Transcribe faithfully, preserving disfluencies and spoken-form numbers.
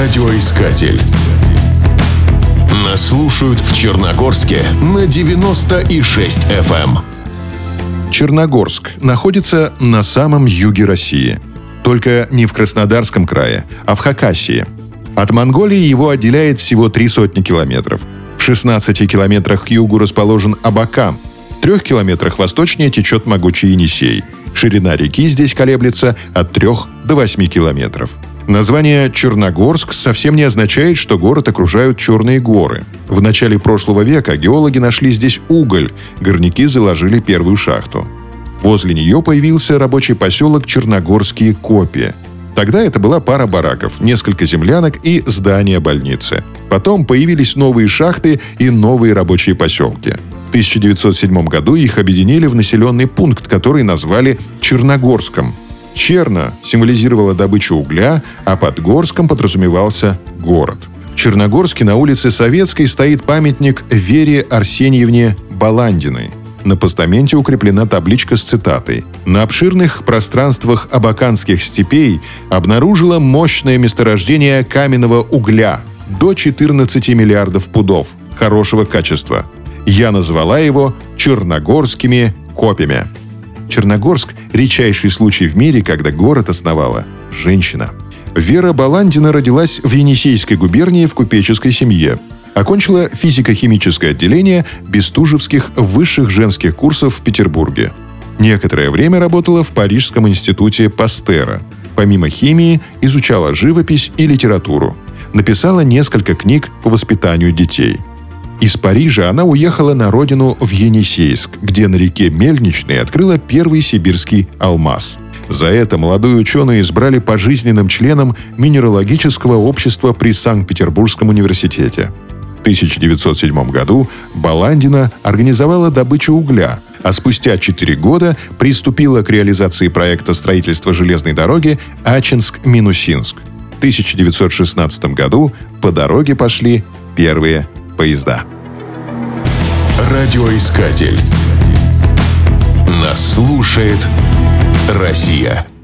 Радиоискатель. Нас слушают в Черногорске на девяносто и шесть эф эм. Черногорск находится на самом юге России. Только не в Краснодарском крае, а в Хакасии. От Монголии его отделяет всего три сотни километров. В шестнадцати километрах к югу расположен Абакан. В трех километрах восточнее течет могучий Енисей. Ширина реки здесь колеблется от трех до восьми километров. Название Черногорск совсем не означает, что город окружают черные горы. В начале прошлого века геологи нашли здесь уголь, горняки заложили первую шахту. Возле нее появился рабочий поселок Черногорские Копи. Тогда это была пара бараков, несколько землянок и здание больницы. Потом появились новые шахты и новые рабочие поселки. В тысяча девятьсот седьмом году их объединили в населенный пункт, который назвали Черногорском. Черно символизировала добычу угля, а под Горском подразумевался город. В Черногорске на улице Советской стоит памятник Вере Арсеньевне Баландиной. На постаменте укреплена табличка с цитатой: «На обширных пространствах абаканских степей обнаружила мощное месторождение каменного угля до четырнадцати миллиардов пудов хорошего качества. Я назвала его Черногорскими Копями». Черногорск – редчайший случай в мире, когда город основала женщина. Вера Баландина родилась в Енисейской губернии в купеческой семье. Окончила физико-химическое отделение Бестужевских высших женских курсов в Петербурге. Некоторое время работала в Парижском институте Пастера. Помимо химии, изучала живопись и литературу. Написала несколько книг по воспитанию детей. Из Парижа она уехала на родину в Енисейск, где на реке Мельничной открыла первый сибирский алмаз. За это молодую ученую избрали пожизненным членом Минералогического общества при Санкт-Петербургском университете. В тысяча девятьсот седьмом году Баландина организовала добычу угля, а спустя четыре года приступила к реализации проекта строительства железной дороги Ачинск-Минусинск. В тысяча девятьсот шестнадцатом году по дороге пошли первые поезда. Радиоискатель. Нас слушает Россия.